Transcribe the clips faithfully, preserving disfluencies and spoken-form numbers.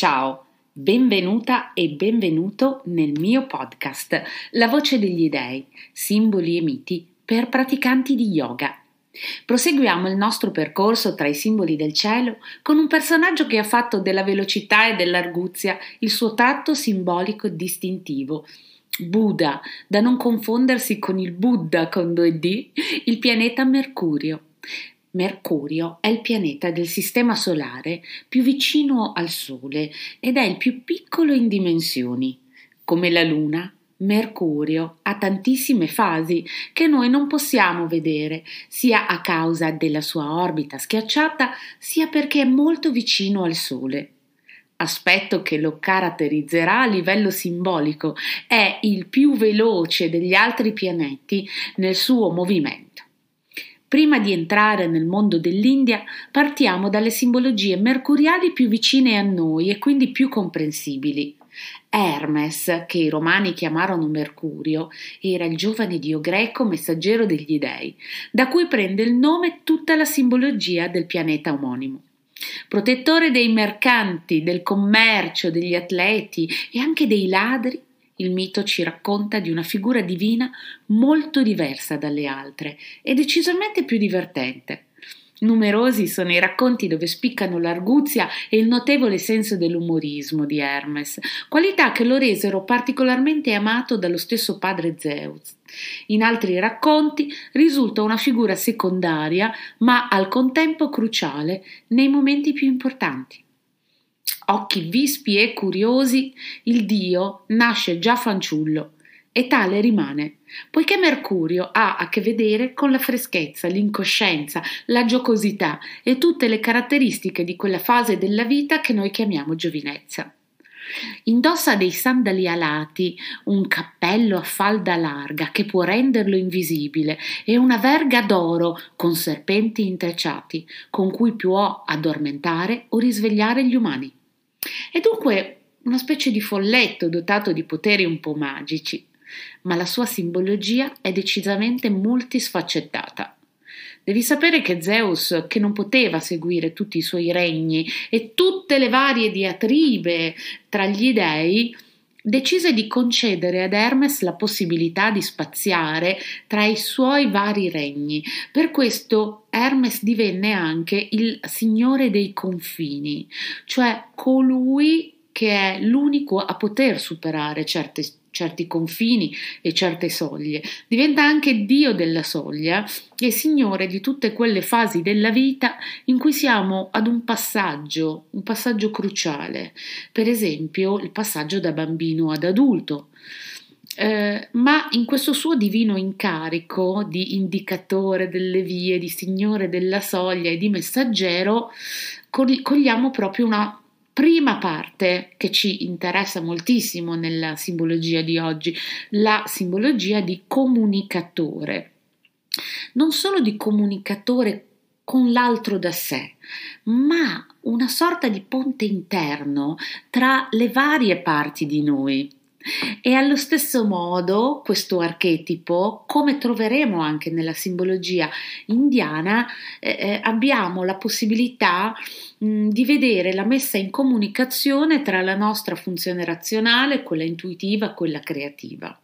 Ciao, benvenuta e benvenuto nel mio podcast La voce degli dei, simboli e miti per praticanti di yoga. Proseguiamo il nostro percorso tra i simboli del cielo con un personaggio che ha fatto della velocità e dell'arguzia il suo tratto simbolico distintivo. Buddha, da non confondersi con il Buddha con due D, il pianeta Mercurio. Mercurio è il pianeta del Sistema Solare più vicino al Sole ed è il più piccolo in dimensioni. Come la Luna, Mercurio ha tantissime fasi che noi non possiamo vedere, sia a causa della sua orbita schiacciata, sia perché è molto vicino al Sole. Aspetto che lo caratterizzerà a livello simbolico, è il più veloce degli altri pianeti nel suo movimento. Prima di entrare nel mondo dell'India, partiamo dalle simbologie mercuriali più vicine a noi e quindi più comprensibili. Hermes, che i romani chiamarono Mercurio, era il giovane dio greco messaggero degli dei, da cui prende il nome tutta la simbologia del pianeta omonimo. Protettore dei mercanti, del commercio, degli atleti e anche dei ladri, il mito ci racconta di una figura divina molto diversa dalle altre e decisamente più divertente. Numerosi sono i racconti dove spiccano l'arguzia e il notevole senso dell'umorismo di Hermes, qualità che lo resero particolarmente amato dallo stesso padre Zeus. In altri racconti risulta una figura secondaria, ma al contempo cruciale nei momenti più importanti. Occhi vispi e curiosi, il dio nasce già fanciullo e tale rimane, poiché Mercurio ha a che vedere con la freschezza, l'incoscienza, la giocosità e tutte le caratteristiche di quella fase della vita che noi chiamiamo giovinezza. Indossa dei sandali alati, un cappello a falda larga che può renderlo invisibile e una verga d'oro con serpenti intrecciati, con cui può addormentare o risvegliare gli umani. È dunque una specie di folletto dotato di poteri un po' magici, ma la sua simbologia è decisamente multisfaccettata. Devi sapere che Zeus, che non poteva seguire tutti i suoi regni e tutte le varie diatribe tra gli dei, decise di concedere ad Hermes la possibilità di spaziare tra i suoi vari regni. Per questo Hermes divenne anche il signore dei confini, cioè colui che è l'unico a poter superare certe, certi confini e certe soglie. Diventa anche Dio della soglia e signore di tutte quelle fasi della vita in cui siamo ad un passaggio, un passaggio cruciale, per esempio il passaggio da bambino ad adulto. Eh, ma in questo suo divino incarico di indicatore delle vie, di signore della soglia e di messaggero, cogliamo proprio una prima parte che ci interessa moltissimo nella simbologia di oggi, la simbologia di comunicatore. Non solo di comunicatore con l'altro da sé, ma una sorta di ponte interno tra le varie parti di noi. E allo stesso modo questo archetipo, come troveremo anche nella simbologia indiana, eh, abbiamo la possibilità mh, di vedere la messa in comunicazione tra la nostra funzione razionale, quella intuitiva e quella creativa.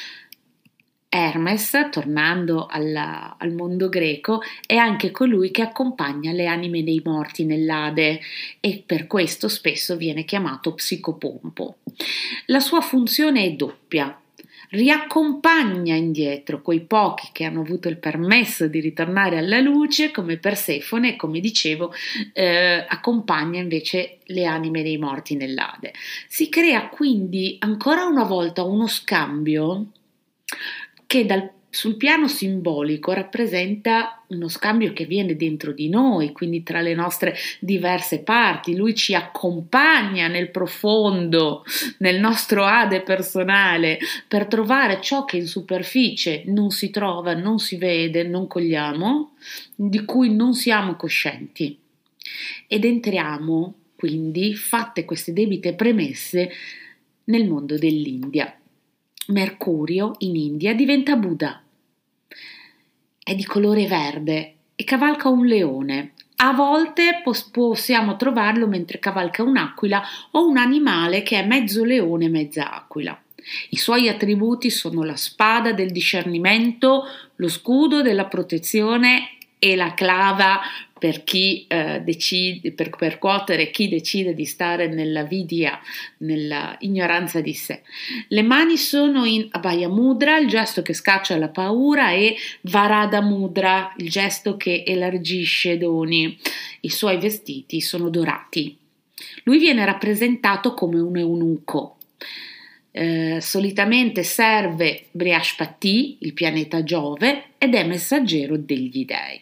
Hermes, tornando alla, al mondo greco, è anche colui che accompagna le anime dei morti nell'Ade e per questo spesso viene chiamato psicopompo. La sua funzione è doppia. Riaccompagna indietro quei pochi che hanno avuto il permesso di ritornare alla luce, come Persefone, e come dicevo, eh, accompagna invece le anime dei morti nell'Ade. Si crea quindi ancora una volta uno scambio che dal, sul piano simbolico rappresenta uno scambio che viene dentro di noi, quindi tra le nostre diverse parti. Lui ci accompagna nel profondo, nel nostro Ade personale, per trovare ciò che in superficie non si trova, non si vede, non cogliamo, di cui non siamo coscienti. Ed entriamo, quindi, fatte queste debite premesse, nel mondo dell'India. Mercurio in India diventa Buddha. È di colore verde e cavalca un leone A volte pos- possiamo trovarlo mentre cavalca un'aquila o un animale che è mezzo leone, mezza aquila. I suoi attributi sono la spada del discernimento, lo scudo della protezione e la clava per chi eh, decide, per percuotere chi decide di stare nella vidya, nella ignoranza di sé. Le mani sono in Abhaya Mudra, il gesto che scaccia la paura, e Varada Mudra, il gesto che elargisce doni. I suoi vestiti sono dorati. Lui viene rappresentato come un eunuco. Eh, solitamente serve Brihaspati, il pianeta Giove, ed è messaggero degli dei.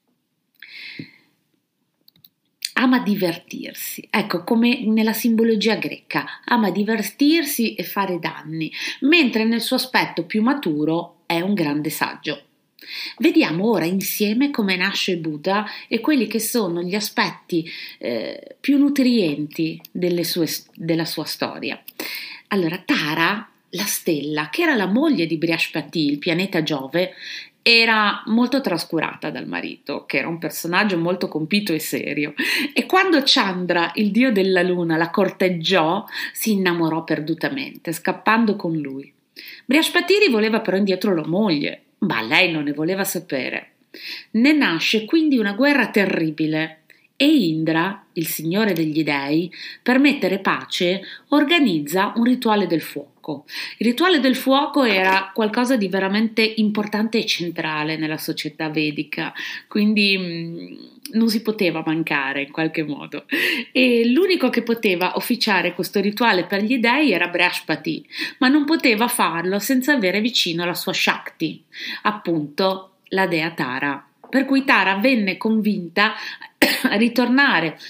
Ama divertirsi, ecco, come nella simbologia greca, ama divertirsi e fare danni, mentre nel suo aspetto più maturo è un grande saggio. Vediamo ora insieme come nasce Buddha e quelli che sono gli aspetti eh, più nutrienti delle sue, della sua storia. Allora, Tara, la stella, che era la moglie di Brihaspati, il pianeta Giove, era molto trascurata dal marito, che era un personaggio molto compito e serio, e quando Chandra, il dio della luna, la corteggiò, si innamorò perdutamente, scappando con lui. Brihaspati rivoleva però indietro la moglie, ma lei non ne voleva sapere. Ne nasce quindi una guerra terribile e Indra, il signore degli dei, per mettere pace, organizza un rituale del fuoco. Il rituale del fuoco era qualcosa di veramente importante e centrale nella società vedica, quindi mh, non si poteva mancare in qualche modo. E l'unico che poteva officiare questo rituale per gli dei era Brihaspati, ma non poteva farlo senza avere vicino la sua Shakti, appunto la dea Tara. Per cui Tara venne convinta a ritornare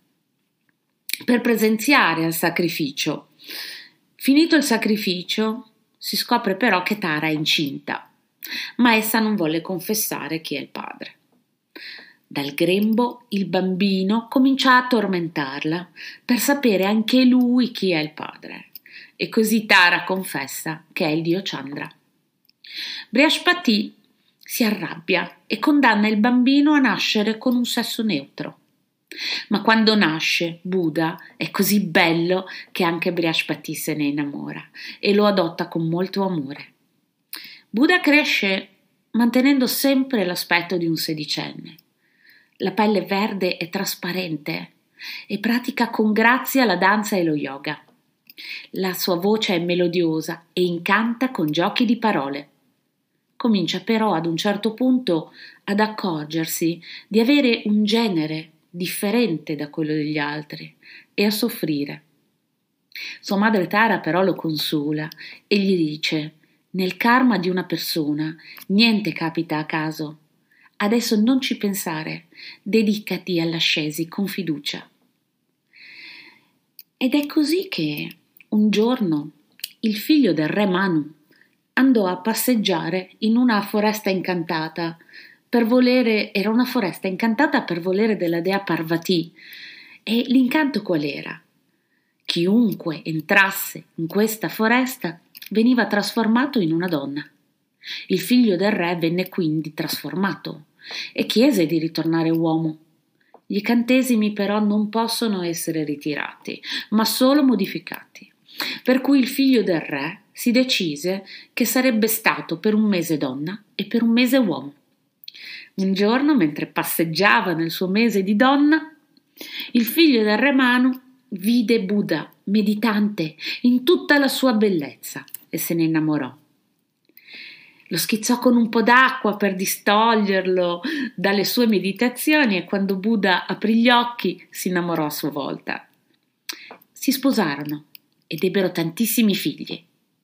per presenziare al sacrificio. Finito il sacrificio, si scopre però che Tara è incinta, ma essa non volle confessare chi è il padre. Dal grembo il bambino comincia a tormentarla per sapere anche lui chi è il padre, e così Tara confessa che è il dio Chandra. Brihaspati si arrabbia e condanna il bambino a nascere con un sesso neutro. Ma quando nasce, Buddha è così bello che anche Brihaspati se ne innamora e lo adotta con molto amore. Buddha cresce mantenendo sempre l'aspetto di un sedicenne. La pelle verde e trasparente e pratica con grazia la danza e lo yoga. La sua voce è melodiosa e incanta con giochi di parole. Comincia però ad un certo punto ad accorgersi di avere un genere differente da quello degli altri e a soffrire. Sua madre Tara però lo consola e gli dice: nel karma di una persona niente capita a caso. Adesso non ci pensare, dedicati all'ascesi con fiducia. Ed è così che un giorno il figlio del re Manu andò a passeggiare in una foresta incantata per volere, era una foresta incantata per volere della dea Parvati. E l'incanto qual era? Chiunque entrasse in questa foresta veniva trasformato in una donna. Il figlio del re venne quindi trasformato e chiese di ritornare uomo. Gli incantesimi però non possono essere ritirati, ma solo modificati. Per cui il figlio del re si decise che sarebbe stato per un mese donna e per un mese uomo. Un giorno, mentre passeggiava nel suo mese di donna, il figlio del re Manu vide Buddha meditante in tutta la sua bellezza e se ne innamorò. Lo schizzò con un po' d'acqua per distoglierlo dalle sue meditazioni e quando Buddha aprì gli occhi si innamorò a sua volta. Si sposarono ed ebbero tantissimi figli.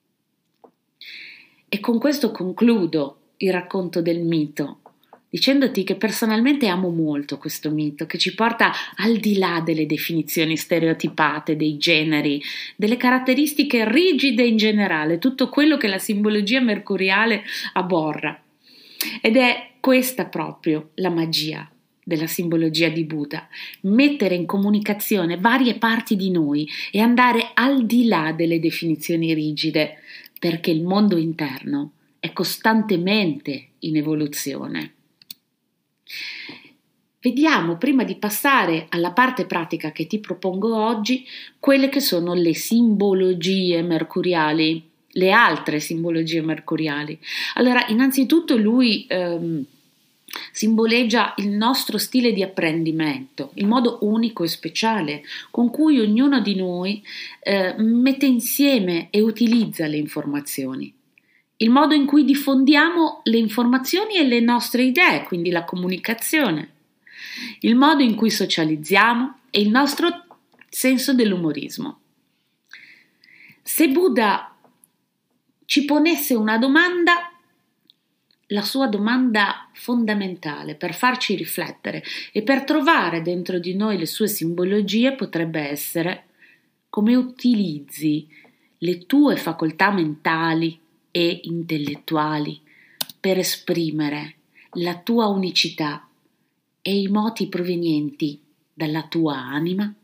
E con questo concludo il racconto del mito, dicendoti che personalmente amo molto questo mito, che ci porta al di là delle definizioni stereotipate, dei generi, delle caratteristiche rigide in generale, tutto quello che la simbologia mercuriale abborra. Ed è questa proprio la magia della simbologia di Buddha, mettere in comunicazione varie parti di noi e andare al di là delle definizioni rigide, perché il mondo interno è costantemente in evoluzione. vediamo, prima di passare alla parte pratica che ti propongo oggi, quelle che sono le simbologie mercuriali, le altre simbologie mercuriali. Allora, innanzitutto lui ehm, simboleggia il nostro stile di apprendimento, il modo unico e speciale con cui ognuno di noi eh, mette insieme e utilizza le informazioni, il modo in cui diffondiamo le informazioni e le nostre idee, quindi la comunicazione, il modo in cui socializziamo e il nostro senso dell'umorismo. Se Buddha ci ponesse una domanda, la sua domanda fondamentale per farci riflettere e per trovare dentro di noi le sue simbologie potrebbe essere: come utilizzi le tue facoltà mentali e intellettuali per esprimere la tua unicità e i moti provenienti dalla tua anima?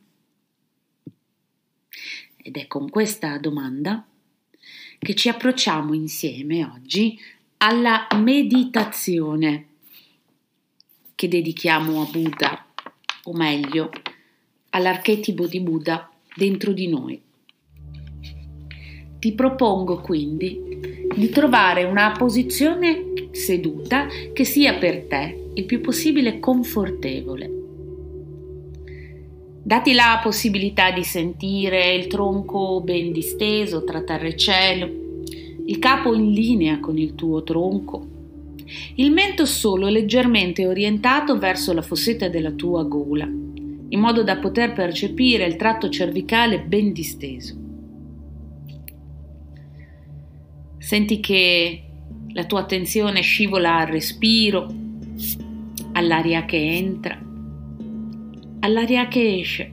Ed è con questa domanda che ci approcciamo insieme oggi alla meditazione che dedichiamo a Buddha, o meglio, all'archetipo di Buddha dentro di noi. Ti propongo quindi di trovare una posizione seduta che sia per te il più possibile confortevole. Dati la possibilità di sentire il tronco ben disteso tra terra e cielo, il capo in linea con il tuo tronco, il mento solo leggermente orientato verso la fossetta della tua gola, in modo da poter percepire il tratto cervicale ben disteso. Senti che la tua attenzione scivola al respiro, all'aria che entra, all'aria che esce.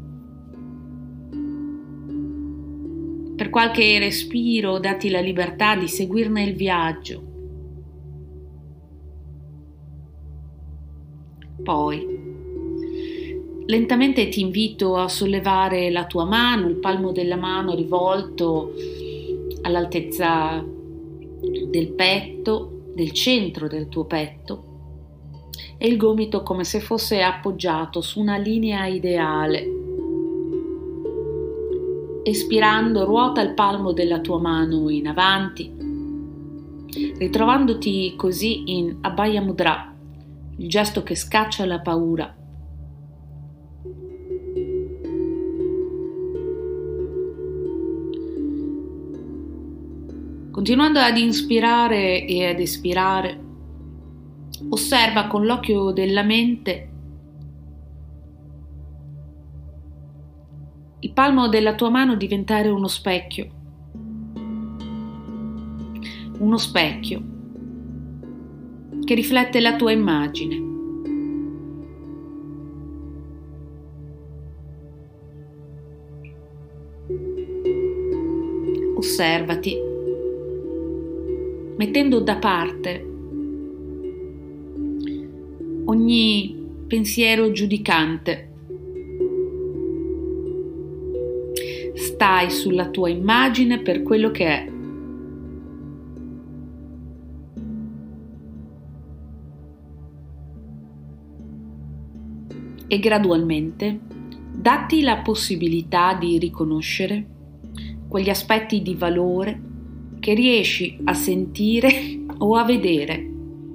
Per qualche respiro datti la libertà di seguirne il viaggio. Poi, lentamente ti invito a sollevare la tua mano, il palmo della mano rivolto all'altezza del petto, del centro del tuo petto, e il gomito come se fosse appoggiato su una linea ideale. Espirando, ruota il palmo della tua mano in avanti, ritrovandoti così in Abhaya Mudra, il gesto che scaccia la paura. Continuando ad inspirare e ad espirare, osserva con l'occhio della mente il palmo della tua mano diventare uno specchio, uno specchio che riflette la tua immagine. Osservati, mettendo da parte ogni pensiero giudicante. Stai sulla tua immagine per quello che è. E gradualmente datti la possibilità di riconoscere quegli aspetti di valore che riesci a sentire o a vedere.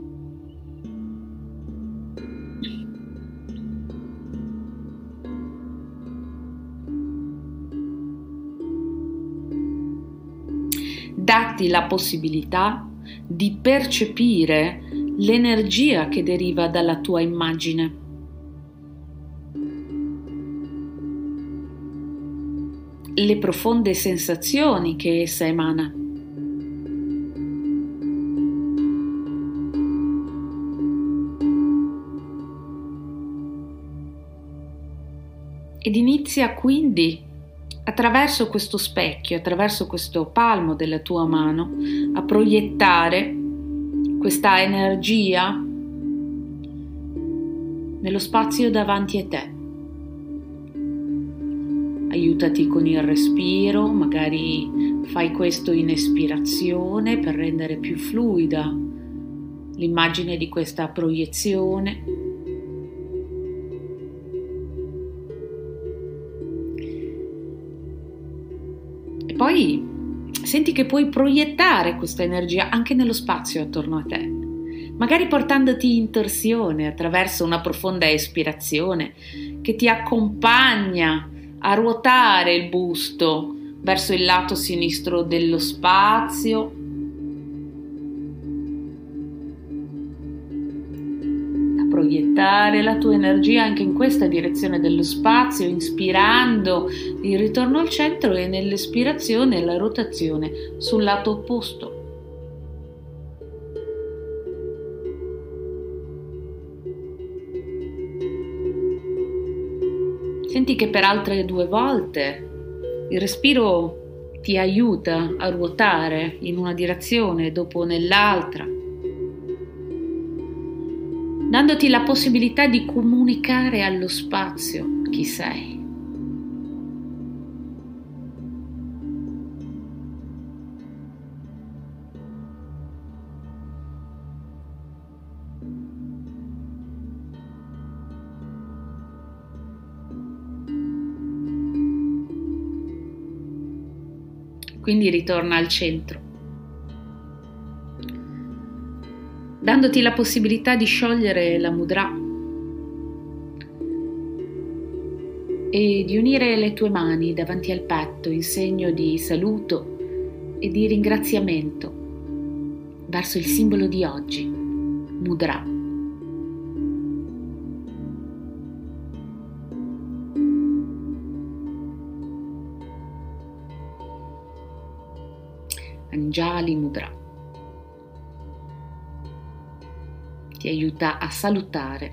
Datti la possibilità di percepire l'energia che deriva dalla tua immagine. Le profonde sensazioni che essa emana. Ed inizia quindi, attraverso questo specchio, attraverso questo palmo della tua mano, a proiettare questa energia nello spazio davanti a te. Aiutati con il respiro, magari fai questo in espirazione per rendere più fluida l'immagine di questa proiezione. poi senti che puoi proiettare questa energia anche nello spazio attorno a te, magari portandoti in torsione attraverso una profonda espirazione che ti accompagna a ruotare il busto verso il lato sinistro dello spazio, a proiettare la tua energia anche in questa direzione dello spazio, inspirando il ritorno al centro e nell'espirazione la rotazione sul lato opposto. Senti che per altre due volte il respiro ti aiuta a ruotare in una direzione e dopo nell'altra, dandoti la possibilità di comunicare allo spazio chi sei. Quindi ritorna al centro, dandoti la possibilità di sciogliere la mudra e di unire le tue mani davanti al petto in segno di saluto e di ringraziamento verso il simbolo di oggi, mudra. Anjali Mudra ti aiuta a salutare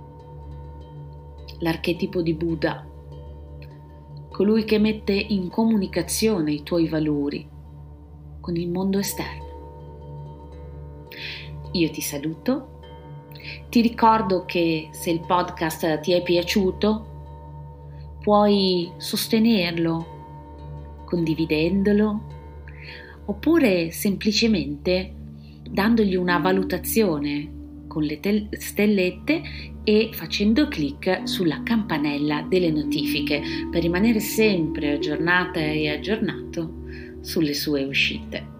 l'archetipo di Buddha, colui che mette in comunicazione i tuoi valori con il mondo esterno. Io ti saluto, ti ricordo che se il podcast ti è piaciuto puoi sostenerlo condividendolo oppure semplicemente dandogli una valutazione con le tel- stellette e facendo clic sulla campanella delle notifiche per rimanere sempre aggiornata e aggiornato sulle sue uscite.